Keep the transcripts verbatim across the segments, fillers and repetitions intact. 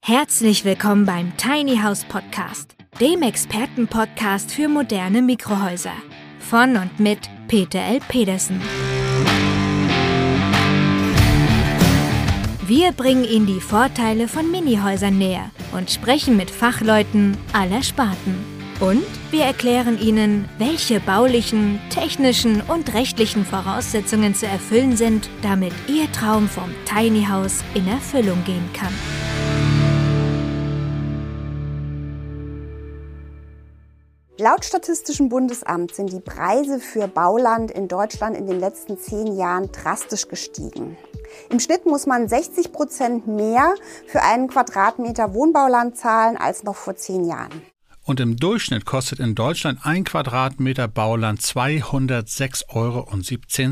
Herzlich willkommen beim Tiny House Podcast, dem Expertenpodcast für moderne Mikrohäuser. Von und mit Peter L. Pedersen. Wir bringen Ihnen die Vorteile von Minihäusern näher und sprechen mit Fachleuten aller Sparten. Und wir erklären Ihnen, welche baulichen, technischen und rechtlichen Voraussetzungen zu erfüllen sind, damit Ihr Traum vom Tiny House in Erfüllung gehen kann. Laut Statistischem Bundesamt sind die Preise für Bauland in Deutschland in den letzten zehn Jahren drastisch gestiegen. Im Schnitt muss man sechzig Prozent mehr für einen Quadratmeter Wohnbauland zahlen als noch vor zehn Jahren. Und im Durchschnitt kostet in Deutschland ein Quadratmeter Bauland zweihundertsechs Euro siebzehn.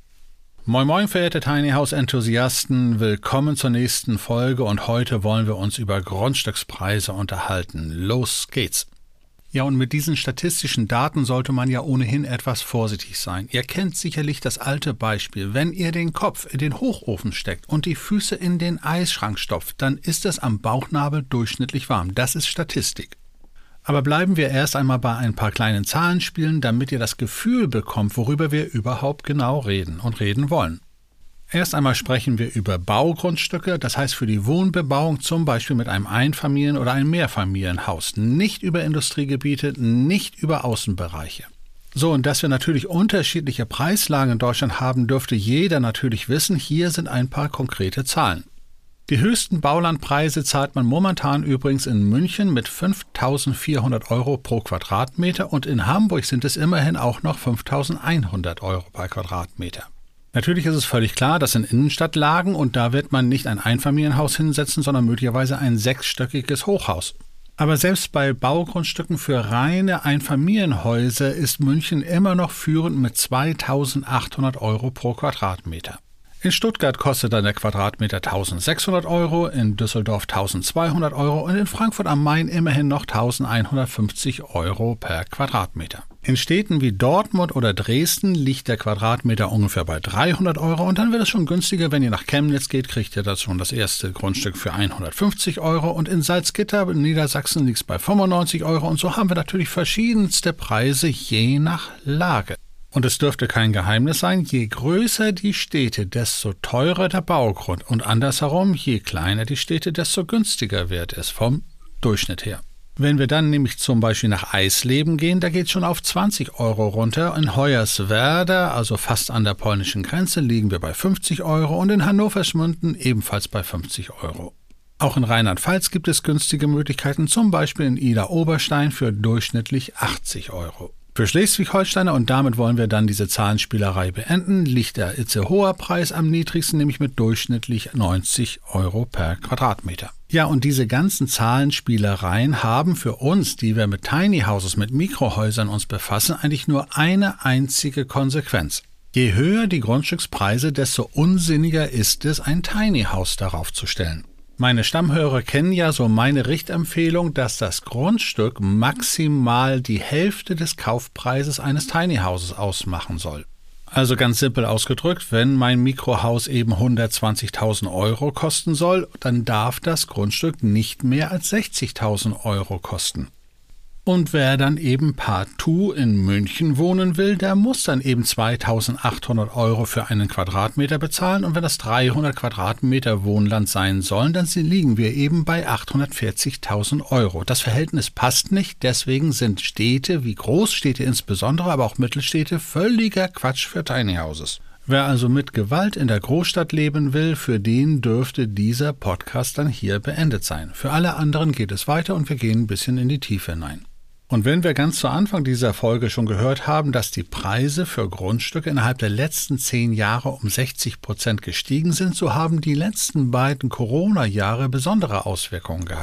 Moin moin, verehrte Tiny House Enthusiasten, willkommen zur nächsten Folge und heute wollen wir uns über Grundstückspreise unterhalten. Los geht's! Ja, und mit diesen statistischen Daten sollte man ja ohnehin etwas vorsichtig sein. Ihr kennt sicherlich das alte Beispiel. Wenn ihr den Kopf in den Hochofen steckt und die Füße in den Eisschrank stopft, dann ist es am Bauchnabel durchschnittlich warm. Das ist Statistik. Aber bleiben wir erst einmal bei ein paar kleinen Zahlenspielen, damit ihr das Gefühl bekommt, worüber wir überhaupt genau reden und reden wollen. Erst einmal sprechen wir über Baugrundstücke, das heißt für die Wohnbebauung, zum Beispiel mit einem Einfamilien- oder einem Mehrfamilienhaus, nicht über Industriegebiete, nicht über Außenbereiche. So, und dass wir natürlich unterschiedliche Preislagen in Deutschland haben, dürfte jeder natürlich wissen. Hier sind ein paar konkrete Zahlen. Die höchsten Baulandpreise zahlt man momentan übrigens in München mit fünftausendvierhundert Euro pro Quadratmeter und in Hamburg sind es immerhin auch noch fünftausendeinhundert Euro pro Quadratmeter. Natürlich ist es völlig klar, das sind Innenstadtlagen und da wird man nicht ein Einfamilienhaus hinsetzen, sondern möglicherweise ein sechsstöckiges Hochhaus. Aber selbst bei Baugrundstücken für reine Einfamilienhäuser ist München immer noch führend mit zweitausendachthundert Euro pro Quadratmeter. In Stuttgart kostet dann der Quadratmeter eintausendsechshundert Euro, in Düsseldorf eintausendzweihundert Euro und in Frankfurt am Main immerhin noch eintausendeinhundertfünfzig Euro per Quadratmeter. In Städten wie Dortmund oder Dresden liegt der Quadratmeter ungefähr bei dreihundert Euro und dann wird es schon günstiger, wenn ihr nach Chemnitz geht, kriegt ihr da schon das erste Grundstück für hundertfünfzig Euro und in Salzgitter in Niedersachsen liegt es bei fünfundneunzig Euro und so haben wir natürlich verschiedenste Preise je nach Lage. Und es dürfte kein Geheimnis sein, je größer die Städte, desto teurer der Baugrund und andersherum, je kleiner die Städte, desto günstiger wird es vom Durchschnitt her. Wenn wir dann nämlich zum Beispiel nach Eisleben gehen, da geht es schon auf zwanzig Euro runter. In Hoyerswerda, also fast an der polnischen Grenze, liegen wir bei fünfzig Euro und in Hannover-Schmünden ebenfalls bei fünfzig Euro. Auch in Rheinland-Pfalz gibt es günstige Möglichkeiten, zum Beispiel in Idar-Oberstein für durchschnittlich achtzig Euro. Für Schleswig-Holsteiner, und damit wollen wir dann diese Zahlenspielerei beenden, liegt der Itzehoer Preis am niedrigsten, nämlich mit durchschnittlich neunzig Euro per Quadratmeter. Ja, und diese ganzen Zahlenspielereien haben für uns, die wir mit Tiny Houses, mit Mikrohäusern uns befassen, eigentlich nur eine einzige Konsequenz. Je höher die Grundstückspreise, desto unsinniger ist es, ein Tiny House darauf zu stellen. Meine Stammhörer kennen ja so meine Richtempfehlung, dass das Grundstück maximal die Hälfte des Kaufpreises eines Tiny Houses ausmachen soll. Also ganz simpel ausgedrückt, wenn mein Mikrohaus eben hundertzwanzigtausend Euro kosten soll, dann darf das Grundstück nicht mehr als sechzigtausend Euro kosten. Und wer dann eben partout in München wohnen will, der muss dann eben zweitausendachthundert Euro für einen Quadratmeter bezahlen. Und wenn das dreihundert Quadratmeter Wohnland sein sollen, dann liegen wir eben bei achthundertvierzigtausend Euro. Das Verhältnis passt nicht, deswegen sind Städte wie Großstädte insbesondere, aber auch Mittelstädte völliger Quatsch für Tiny Houses. Wer also mit Gewalt in der Großstadt leben will, für den dürfte dieser Podcast dann hier beendet sein. Für alle anderen geht es weiter und wir gehen ein bisschen in die Tiefe hinein. Und wenn wir ganz zu Anfang dieser Folge schon gehört haben, dass die Preise für Grundstücke innerhalb der letzten zehn Jahre um sechzig Prozent gestiegen sind, so haben die letzten beiden Corona-Jahre besondere Auswirkungen gehabt.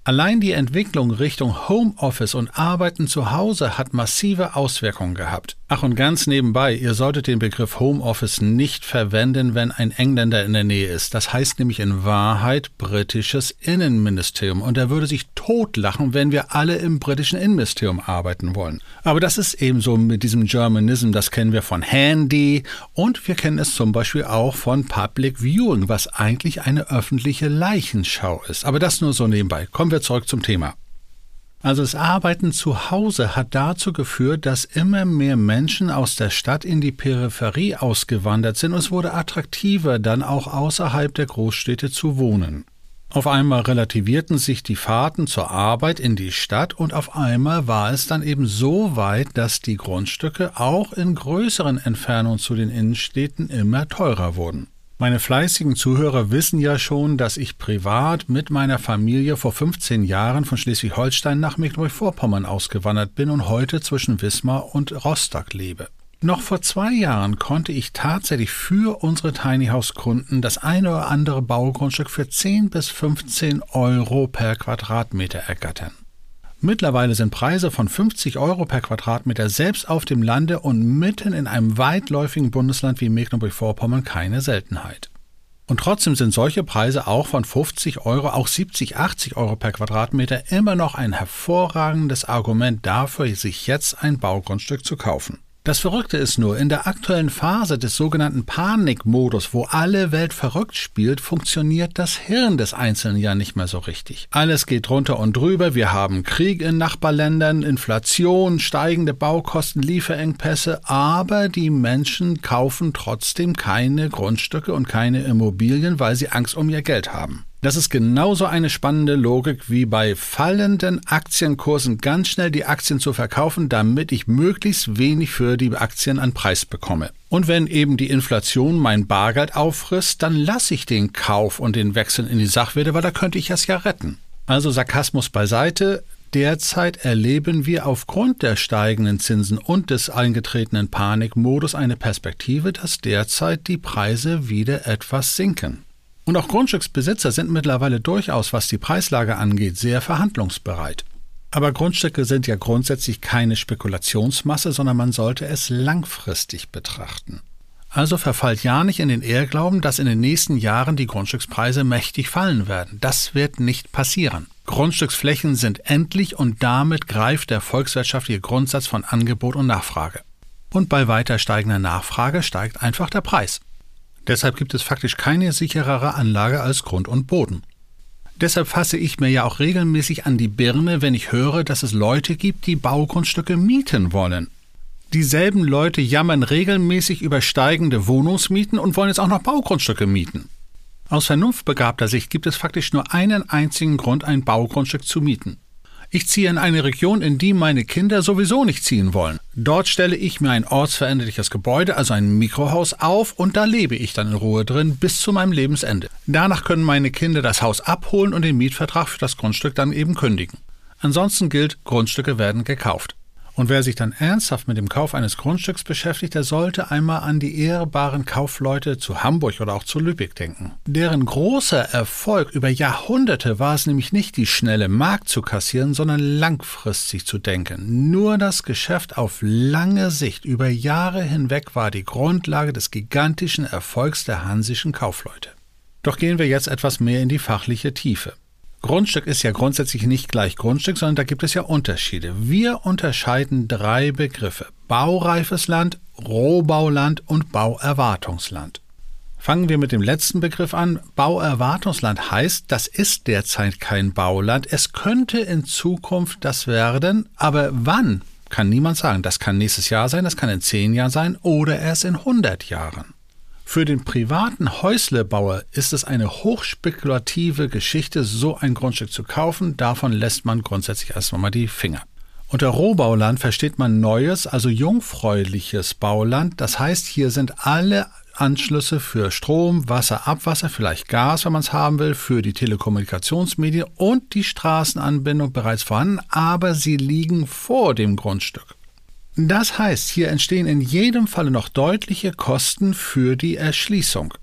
Allein die Entwicklung Richtung Homeoffice und Arbeiten zu Hause hat massive Auswirkungen gehabt. Ach, und ganz nebenbei, ihr solltet den Begriff Homeoffice nicht verwenden, wenn ein Engländer in der Nähe ist. Das heißt nämlich in Wahrheit britisches Innenministerium. Und er würde sich totlachen, wenn wir alle im britischen Innenministerium arbeiten wollen. Aber das ist eben so mit diesem Germanism, das kennen wir von Handy und wir kennen es zum Beispiel auch von Public Viewing, was eigentlich eine öffentliche Leichenschau ist. Aber das nur so nebenbei. Kommen wir zurück zum Thema. Also das Arbeiten zu Hause hat dazu geführt, dass immer mehr Menschen aus der Stadt in die Peripherie ausgewandert sind und es wurde attraktiver, dann auch außerhalb der Großstädte zu wohnen. Auf einmal relativierten sich die Fahrten zur Arbeit in die Stadt und auf einmal war es dann eben so weit, dass die Grundstücke auch in größeren Entfernungen zu den Innenstädten immer teurer wurden. Meine fleißigen Zuhörer wissen ja schon, dass ich privat mit meiner Familie vor fünfzehn Jahren von Schleswig-Holstein nach Mecklenburg-Vorpommern ausgewandert bin und heute zwischen Wismar und Rostock lebe. Noch vor zwei Jahren konnte ich tatsächlich für unsere Tiny House Kunden das eine oder andere Baugrundstück für zehn bis fünfzehn Euro per Quadratmeter ergattern. Mittlerweile sind Preise von fünfzig Euro per Quadratmeter selbst auf dem Lande und mitten in einem weitläufigen Bundesland wie Mecklenburg-Vorpommern keine Seltenheit. Und trotzdem sind solche Preise auch von fünfzig Euro, auch siebzig, achtzig Euro per Quadratmeter immer noch ein hervorragendes Argument dafür, sich jetzt ein Baugrundstück zu kaufen. Das Verrückte ist nur, in der aktuellen Phase des sogenannten Panikmodus, wo alle Welt verrückt spielt, funktioniert das Hirn des Einzelnen ja nicht mehr so richtig. Alles geht drunter und drüber, wir haben Krieg in Nachbarländern, Inflation, steigende Baukosten, Lieferengpässe, aber die Menschen kaufen trotzdem keine Grundstücke und keine Immobilien, weil sie Angst um ihr Geld haben. Das ist genauso eine spannende Logik wie bei fallenden Aktienkursen ganz schnell die Aktien zu verkaufen, damit ich möglichst wenig für die Aktien an Preis bekomme. Und wenn eben die Inflation mein Bargeld auffrisst, dann lasse ich den Kauf und den Wechsel in die Sachwerte, weil da könnte ich es ja retten. Also Sarkasmus beiseite. Derzeit erleben wir aufgrund der steigenden Zinsen und des eingetretenen Panikmodus eine Perspektive, dass derzeit die Preise wieder etwas sinken. Und auch Grundstücksbesitzer sind mittlerweile durchaus, was die Preislage angeht, sehr verhandlungsbereit. Aber Grundstücke sind ja grundsätzlich keine Spekulationsmasse, sondern man sollte es langfristig betrachten. Also verfallt ja nicht in den Irrglauben, dass in den nächsten Jahren die Grundstückspreise mächtig fallen werden. Das wird nicht passieren. Grundstücksflächen sind endlich und damit greift der volkswirtschaftliche Grundsatz von Angebot und Nachfrage. Und bei weiter steigender Nachfrage steigt einfach der Preis. Deshalb gibt es faktisch keine sicherere Anlage als Grund und Boden. Deshalb fasse ich mir ja auch regelmäßig an die Birne, wenn ich höre, dass es Leute gibt, die Baugrundstücke mieten wollen. Dieselben Leute jammern regelmäßig über steigende Wohnungsmieten und wollen jetzt auch noch Baugrundstücke mieten. Aus vernunftbegabter Sicht gibt es faktisch nur einen einzigen Grund, ein Baugrundstück zu mieten. Ich ziehe in eine Region, in die meine Kinder sowieso nicht ziehen wollen. Dort stelle ich mir ein ortsveränderliches Gebäude, also ein Mikrohaus, auf und da lebe ich dann in Ruhe drin bis zu meinem Lebensende. Danach können meine Kinder das Haus abholen und den Mietvertrag für das Grundstück dann eben kündigen. Ansonsten gilt, Grundstücke werden gekauft. Und wer sich dann ernsthaft mit dem Kauf eines Grundstücks beschäftigt, der sollte einmal an die ehrbaren Kaufleute zu Hamburg oder auch zu Lübeck denken. Deren großer Erfolg über Jahrhunderte war es nämlich nicht, die schnelle Mark zu kassieren, sondern langfristig zu denken. Nur das Geschäft auf lange Sicht über Jahre hinweg war die Grundlage des gigantischen Erfolgs der hansischen Kaufleute. Doch gehen wir jetzt etwas mehr in die fachliche Tiefe. Grundstück ist ja grundsätzlich nicht gleich Grundstück, sondern da gibt es ja Unterschiede. Wir unterscheiden drei Begriffe: baureifes Land, Rohbauland und Bauerwartungsland. Fangen wir mit dem letzten Begriff an. Bauerwartungsland heißt, das ist derzeit kein Bauland. Es könnte in Zukunft das werden, aber wann, kann niemand sagen. Das kann nächstes Jahr sein, das kann in zehn Jahren sein oder erst in hundert Jahren. Für den privaten Häuslebauer ist es eine hochspekulative Geschichte, so ein Grundstück zu kaufen. Davon lässt man grundsätzlich erstmal mal die Finger. Unter Rohbauland versteht man neues, also jungfräuliches Bauland. Das heißt, hier sind alle Anschlüsse für Strom, Wasser, Abwasser, vielleicht Gas, wenn man es haben will, für die Telekommunikationsmedien und die Straßenanbindung bereits vorhanden, aber sie liegen vor dem Grundstück. Das heißt, hier entstehen in jedem Falle noch deutliche Kosten für die Erschließung.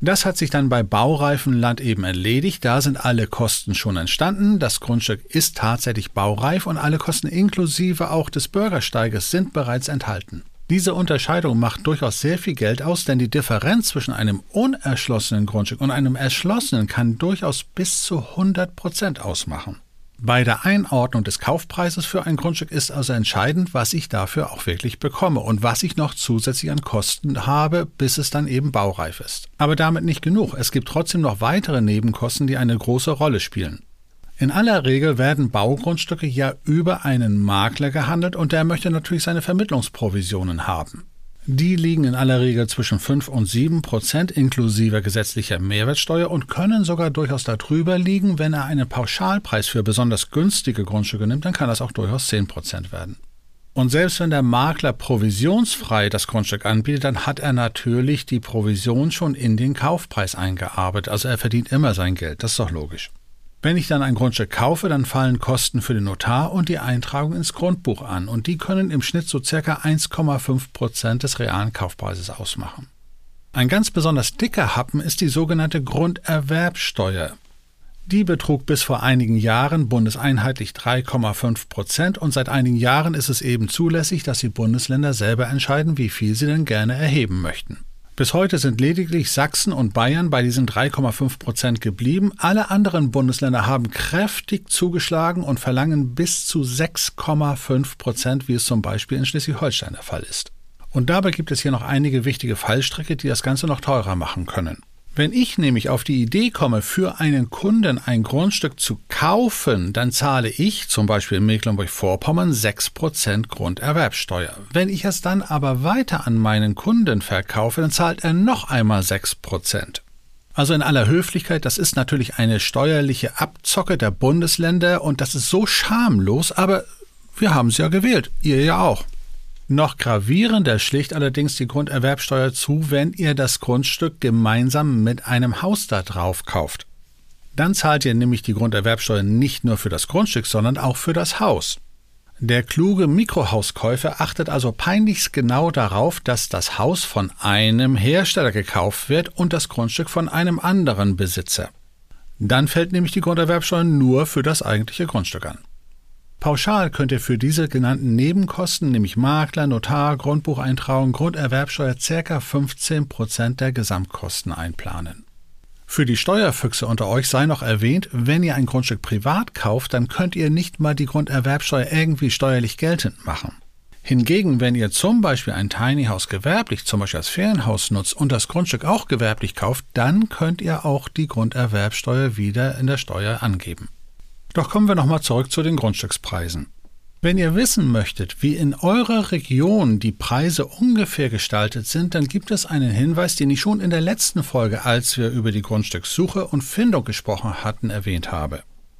Das hat sich dann bei baureifem Land eben erledigt. Da sind alle Kosten schon entstanden. Das Grundstück ist tatsächlich baureif und alle Kosten inklusive auch des Bürgersteiges sind bereits enthalten. Diese Unterscheidung macht durchaus sehr viel Geld aus, denn die Differenz zwischen einem unerschlossenen Grundstück und einem erschlossenen kann durchaus bis zu hundert Prozent ausmachen. Bei der Einordnung des Kaufpreises für ein Grundstück ist also entscheidend, was ich dafür auch wirklich bekomme und was ich noch zusätzlich an Kosten habe, bis es dann eben baureif ist. Aber damit nicht genug. Es gibt trotzdem noch weitere Nebenkosten, die eine große Rolle spielen. In aller Regel werden Baugrundstücke ja über einen Makler gehandelt und der möchte natürlich seine Vermittlungsprovisionen haben. Die liegen in aller Regel zwischen fünf und sieben Prozent inklusive gesetzlicher Mehrwertsteuer und können sogar durchaus darüber liegen. Wenn er einen Pauschalpreis für besonders günstige Grundstücke nimmt, dann kann das auch durchaus zehn Prozent werden. Und selbst wenn der Makler provisionsfrei das Grundstück anbietet, dann hat er natürlich die Provision schon in den Kaufpreis eingearbeitet. Also er verdient immer sein Geld, das ist doch logisch. Wenn ich dann ein Grundstück kaufe, dann fallen Kosten für den Notar und die Eintragung ins Grundbuch an und die können im Schnitt so ca. eins Komma fünf Prozent des realen Kaufpreises ausmachen. Ein ganz besonders dicker Happen ist die sogenannte Grunderwerbsteuer. Die betrug bis vor einigen Jahren bundeseinheitlich drei Komma fünf Prozent und seit einigen Jahren ist es eben zulässig, dass die Bundesländer selber entscheiden, wie viel sie denn gerne erheben möchten. Bis heute sind lediglich Sachsen und Bayern bei diesen drei Komma fünf Prozent geblieben. Alle anderen Bundesländer haben kräftig zugeschlagen und verlangen bis zu sechs Komma fünf Prozent, wie es zum Beispiel in Schleswig-Holstein der Fall ist. Und dabei gibt es hier noch einige wichtige Fallstricke, die das Ganze noch teurer machen können. Wenn ich nämlich auf die Idee komme, für einen Kunden ein Grundstück zu kaufen, dann zahle ich, zum Beispiel in Mecklenburg-Vorpommern, sechs Prozent Grunderwerbsteuer. Wenn ich es dann aber weiter an meinen Kunden verkaufe, dann zahlt er noch einmal sechs Prozent. Also in aller Höflichkeit, das ist natürlich eine steuerliche Abzocke der Bundesländer und das ist so schamlos, aber wir haben es ja gewählt, ihr ja auch. Noch gravierender schlägt allerdings die Grunderwerbsteuer zu, wenn ihr das Grundstück gemeinsam mit einem Haus da drauf kauft. Dann zahlt ihr nämlich die Grunderwerbsteuer nicht nur für das Grundstück, sondern auch für das Haus. Der kluge Mikrohauskäufer achtet also peinlichst genau darauf, dass das Haus von einem Hersteller gekauft wird und das Grundstück von einem anderen Besitzer. Dann fällt nämlich die Grunderwerbsteuer nur für das eigentliche Grundstück an. Pauschal könnt ihr für diese genannten Nebenkosten, nämlich Makler, Notar, Grundbucheintragung, Grunderwerbsteuer, ca. fünfzehn Prozent der Gesamtkosten einplanen. Für die Steuerfüchse unter euch sei noch erwähnt, wenn ihr ein Grundstück privat kauft, dann könnt ihr nicht mal die Grunderwerbsteuer irgendwie steuerlich geltend machen. Hingegen, wenn ihr zum Beispiel ein Tiny House gewerblich, zum Beispiel als Ferienhaus nutzt und das Grundstück auch gewerblich kauft, dann könnt ihr auch die Grunderwerbsteuer wieder in der Steuer angeben. Doch kommen wir nochmal zurück zu den Grundstückspreisen. Wenn ihr wissen möchtet, wie in eurer Region die Preise ungefähr gestaltet sind, dann gibt es einen Hinweis, den ich schon in der letzten Folge, als wir über die Grundstückssuche und Findung gesprochen hatten, erwähnt habe.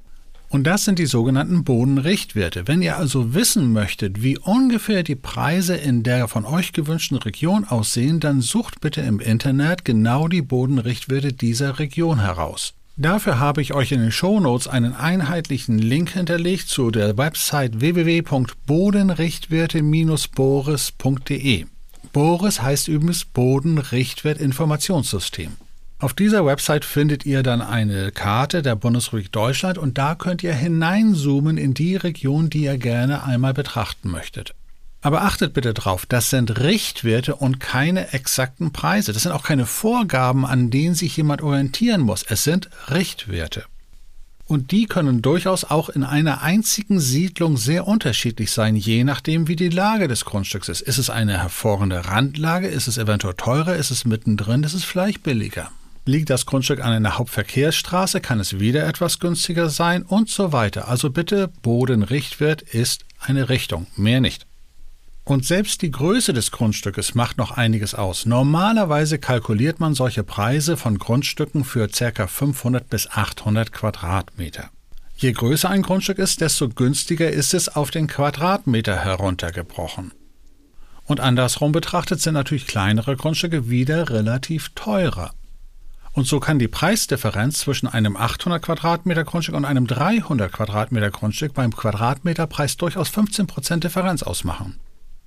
Und das sind die sogenannten Bodenrichtwerte. Wenn ihr also wissen möchtet, wie ungefähr die Preise in der von euch gewünschten Region aussehen, dann sucht bitte im Internet genau die Bodenrichtwerte dieser Region heraus. Dafür habe ich euch in den Shownotes einen einheitlichen Link hinterlegt zu der Website w w w punkt bodenrichtwerte Bindestrich boris punkt d e. Boris heißt übrigens Bodenrichtwert-Informationssystem. Auf dieser Website findet ihr dann eine Karte der Bundesrepublik Deutschland und da könnt ihr hineinzoomen in die Region, die ihr gerne einmal betrachten möchtet. Aber achtet bitte drauf, das sind Richtwerte und keine exakten Preise. Das sind auch keine Vorgaben, an denen sich jemand orientieren muss. Es sind Richtwerte. Und die können durchaus auch in einer einzigen Siedlung sehr unterschiedlich sein, je nachdem, wie die Lage des Grundstücks ist. Ist es eine hervorragende Randlage? Ist es eventuell teurer? Ist es mittendrin? Ist es vielleicht billiger? Liegt das Grundstück an einer Hauptverkehrsstraße? Kann es wieder etwas günstiger sein? Und so weiter. Also bitte, Bodenrichtwert ist eine Richtung, mehr nicht. Und selbst die Größe des Grundstückes macht noch einiges aus. Normalerweise kalkuliert man solche Preise von Grundstücken für ca. fünfhundert bis achthundert Quadratmeter. Je größer ein Grundstück ist, desto günstiger ist es auf den Quadratmeter heruntergebrochen. Und andersrum betrachtet sind natürlich kleinere Grundstücke wieder relativ teurer. Und so kann die Preisdifferenz zwischen einem achthundert Quadratmeter Grundstück und einem dreihundert Quadratmeter Grundstück beim Quadratmeterpreis durchaus fünfzehn Prozent Differenz ausmachen.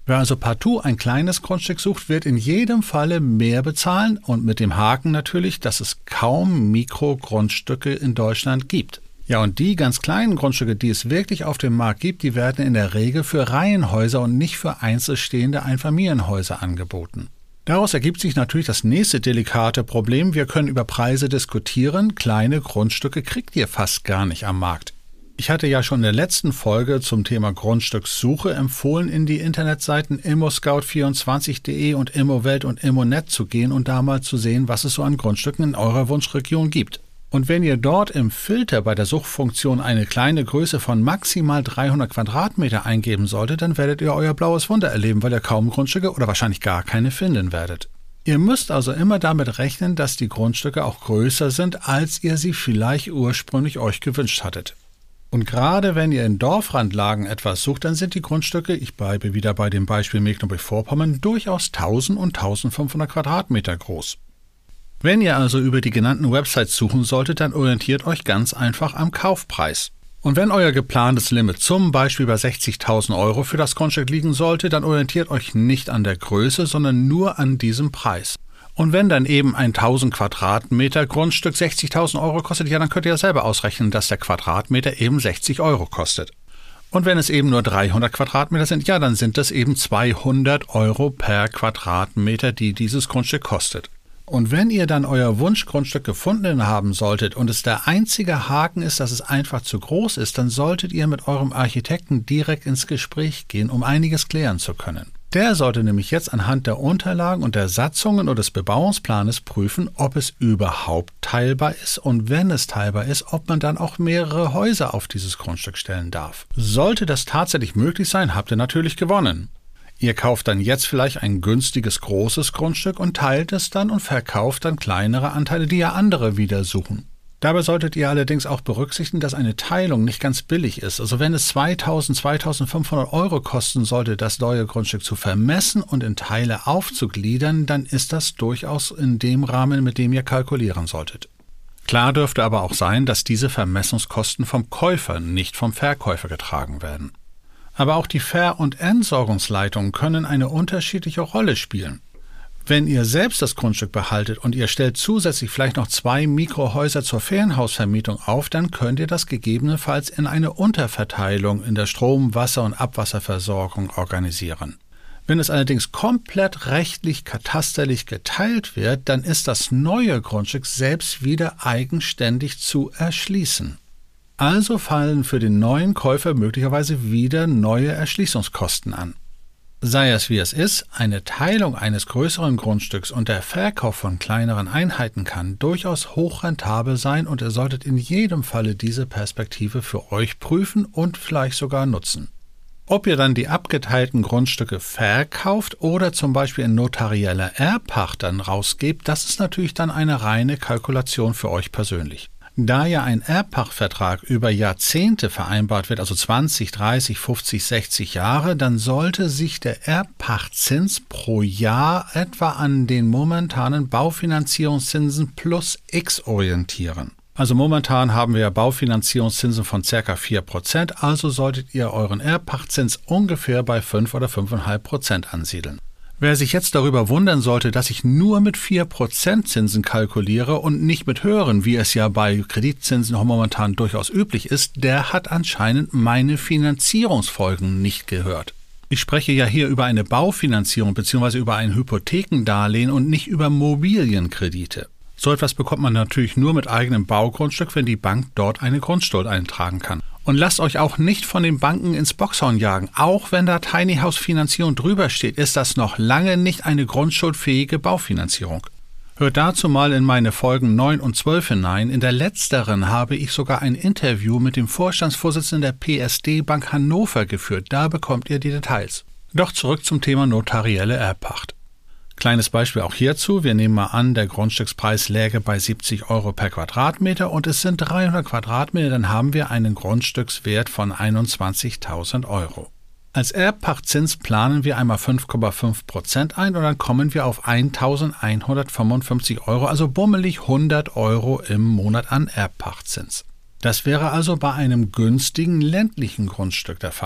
Wer also partout ein kleines Grundstück sucht, wird in jedem Falle mehr bezahlen und mit dem Haken natürlich, dass es kaum Mikrogrundstücke in Deutschland gibt. Ja, und die ganz kleinen Grundstücke, die es wirklich auf dem Markt gibt, die werden in der Regel für Reihenhäuser und nicht für einzelstehende Einfamilienhäuser angeboten. Daraus ergibt sich natürlich das nächste delikate Problem. Wir können über Preise diskutieren. Kleine Grundstücke kriegt ihr fast gar nicht am Markt. Ich hatte ja schon in der letzten Folge zum Thema Grundstückssuche empfohlen, in die Internetseiten immo scout vierundzwanzig punkt de und Immowelt und Immonet zu gehen und da mal zu sehen, was es so an Grundstücken in eurer Wunschregion gibt. Und wenn ihr dort im Filter bei der Suchfunktion eine kleine Größe von maximal dreihundert Quadratmeter eingeben solltet, dann werdet ihr euer blaues Wunder erleben, weil ihr kaum Grundstücke oder wahrscheinlich gar keine finden werdet. Ihr müsst also immer damit rechnen, dass die Grundstücke auch größer sind, als ihr sie vielleicht ursprünglich euch gewünscht hattet. Und gerade wenn ihr in Dorfrandlagen etwas sucht, dann sind die Grundstücke, ich bleibe wieder bei dem Beispiel Mecklenburg-Vorpommern, durchaus tausend und eintausendfünfhundert Quadratmeter groß. Wenn ihr also über die genannten Websites suchen solltet, dann orientiert euch ganz einfach am Kaufpreis. Und wenn euer geplantes Limit zum Beispiel bei sechzigtausend Euro für das Grundstück liegen sollte, dann orientiert euch nicht an der Größe, sondern nur an diesem Preis. Und wenn dann eben ein tausend Quadratmeter Grundstück sechzigtausend Euro kostet, ja, dann könnt ihr ja selber ausrechnen, dass der Quadratmeter eben sechzig Euro kostet. Und wenn es eben nur dreihundert Quadratmeter sind, ja, dann sind das eben zweihundert Euro per Quadratmeter, die dieses Grundstück kostet. Und wenn ihr dann euer Wunschgrundstück gefunden haben solltet und es der einzige Haken ist, dass es einfach zu groß ist, dann solltet ihr mit eurem Architekten direkt ins Gespräch gehen, um einiges klären zu können. Der sollte nämlich jetzt anhand der Unterlagen und der Satzungen und des Bebauungsplanes prüfen, ob es überhaupt teilbar ist und wenn es teilbar ist, ob man dann auch mehrere Häuser auf dieses Grundstück stellen darf. Sollte das tatsächlich möglich sein, habt ihr natürlich gewonnen. Ihr kauft dann jetzt vielleicht ein günstiges, großes Grundstück und teilt es dann und verkauft dann kleinere Anteile, die ja andere wieder suchen. Dabei solltet ihr allerdings auch berücksichtigen, dass eine Teilung nicht ganz billig ist. Also wenn es zweitausend, zweitausendfünfhundert Euro kosten sollte, das neue Grundstück zu vermessen und in Teile aufzugliedern, dann ist das durchaus in dem Rahmen, mit dem ihr kalkulieren solltet. Klar dürfte aber auch sein, dass diese Vermessungskosten vom Käufer, nicht vom Verkäufer getragen werden. Aber auch die Ver- und Entsorgungsleitungen können eine unterschiedliche Rolle spielen. Wenn ihr selbst das Grundstück behaltet und ihr stellt zusätzlich vielleicht noch zwei Mikrohäuser zur Ferienhausvermietung auf, dann könnt ihr das gegebenenfalls in eine Unterverteilung in der Strom-, Wasser- und Abwasserversorgung organisieren. Wenn es allerdings komplett rechtlich katasterlich geteilt wird, dann ist das neue Grundstück selbst wieder eigenständig zu erschließen. Also fallen für den neuen Käufer möglicherweise wieder neue Erschließungskosten an. Sei es wie es ist, eine Teilung eines größeren Grundstücks und der Verkauf von kleineren Einheiten kann durchaus hochrentabel sein und ihr solltet in jedem Falle diese Perspektive für euch prüfen und vielleicht sogar nutzen. Ob ihr dann die abgeteilten Grundstücke verkauft oder zum Beispiel in notarieller Erbpacht dann rausgebt, das ist natürlich dann eine reine Kalkulation für euch persönlich. Da ja ein Erbpachtvertrag über Jahrzehnte vereinbart wird, also zwanzig, dreißig, fünfzig, sechzig Jahre, dann sollte sich der Erbpachtzins pro Jahr etwa an den momentanen Baufinanzierungszinsen plus X orientieren. Also momentan haben wir Baufinanzierungszinsen von ca. vier Prozent, also solltet ihr euren Erbpachtzins ungefähr bei fünf oder fünf Komma fünf Prozent ansiedeln. Wer sich jetzt darüber wundern sollte, dass ich nur mit vier Prozent Zinsen kalkuliere und nicht mit höheren, wie es ja bei Kreditzinsen momentan durchaus üblich ist, der hat anscheinend meine Finanzierungsfolgen nicht gehört. Ich spreche ja hier über eine Baufinanzierung bzw. über ein Hypothekendarlehen und nicht über Immobilienkredite. So etwas bekommt man natürlich nur mit eigenem Baugrundstück, wenn die Bank dort eine Grundschuld eintragen kann. Und lasst euch auch nicht von den Banken ins Boxhorn jagen. Auch wenn da Tiny House Finanzierung drüber steht, ist das noch lange nicht eine grundschuldfähige Baufinanzierung. Hört dazu mal in meine Folgen neun und zwölf hinein. In der letzteren habe ich sogar ein Interview mit dem Vorstandsvorsitzenden der P S D Bank Hannover geführt. Da bekommt ihr die Details. Doch zurück zum Thema notarielle Erbpacht. Kleines Beispiel auch hierzu. Wir nehmen mal an, der Grundstückspreis läge bei siebzig Euro per Quadratmeter und es sind dreihundert Quadratmeter, dann haben wir einen Grundstückswert von einundzwanzigtausend Euro. Als Erbpachtzins planen wir einmal fünf Komma fünf Prozent ein und dann kommen wir auf eintausendeinhundertfünfundfünfzig Euro, also bummelig hundert Euro im Monat an Erbpachtzins. Das wäre also bei einem günstigen ländlichen Grundstück der Fall.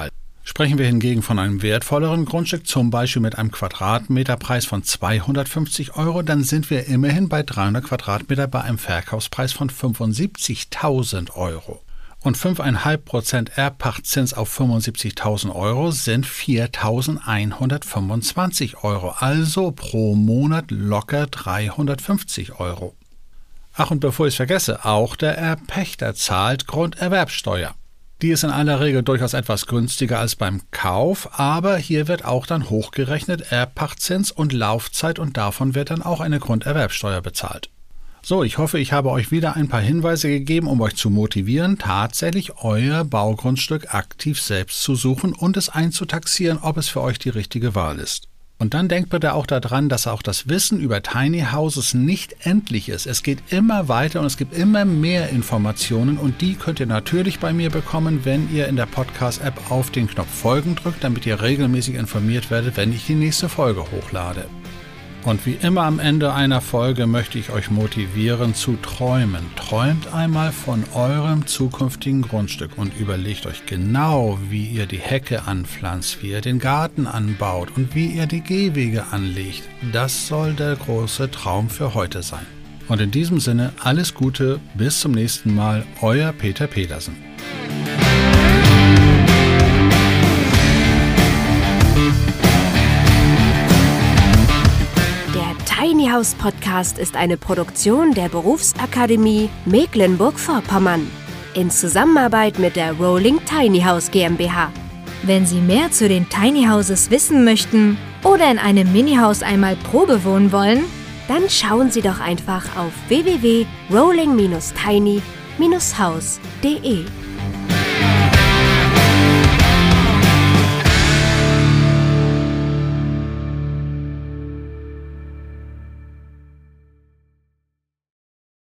Sprechen wir hingegen von einem wertvolleren Grundstück, zum Beispiel mit einem Quadratmeterpreis von zweihundertfünfzig Euro, dann sind wir immerhin bei dreihundert Quadratmeter bei einem Verkaufspreis von fünfundsiebzigtausend Euro. Und fünf Komma fünf Prozent Erbpachtzins auf fünfundsiebzigtausend Euro sind viertausendeinhundertfünfundzwanzig Euro, also pro Monat locker dreihundertfünfzig Euro. Ach, und bevor ich es vergesse, auch der Erbpächter zahlt Grunderwerbsteuer. Die ist in aller Regel durchaus etwas günstiger als beim Kauf, aber hier wird auch dann hochgerechnet Erbpachtzins und Laufzeit und davon wird dann auch eine Grunderwerbsteuer bezahlt. So, ich hoffe, ich habe euch wieder ein paar Hinweise gegeben, um euch zu motivieren, tatsächlich euer Baugrundstück aktiv selbst zu suchen und es einzutaxieren, ob es für euch die richtige Wahl ist. Und dann denkt bitte auch daran, dass auch das Wissen über Tiny Houses nicht endlich ist. Es geht immer weiter und es gibt immer mehr Informationen und die könnt ihr natürlich bei mir bekommen, wenn ihr in der Podcast-App auf den Knopf Folgen drückt, damit ihr regelmäßig informiert werdet, wenn ich die nächste Folge hochlade. Und wie immer am Ende einer Folge möchte ich euch motivieren zu träumen. Träumt einmal von eurem zukünftigen Grundstück und überlegt euch genau, wie ihr die Hecke anpflanzt, wie ihr den Garten anbaut und wie ihr die Gehwege anlegt. Das soll der große Traum für heute sein. Und in diesem Sinne alles Gute, bis zum nächsten Mal, euer Peter Pedersen. Tiny House Podcast ist eine Produktion der Berufsakademie Mecklenburg-Vorpommern in Zusammenarbeit mit der Rolling Tiny House GmbH. Wenn Sie mehr zu den Tiny Houses wissen möchten oder in einem Mini-Haus einmal Probe wohnen wollen, dann schauen Sie doch einfach auf w w w punkt rolling Bindestrich tiny Bindestrich house punkt de.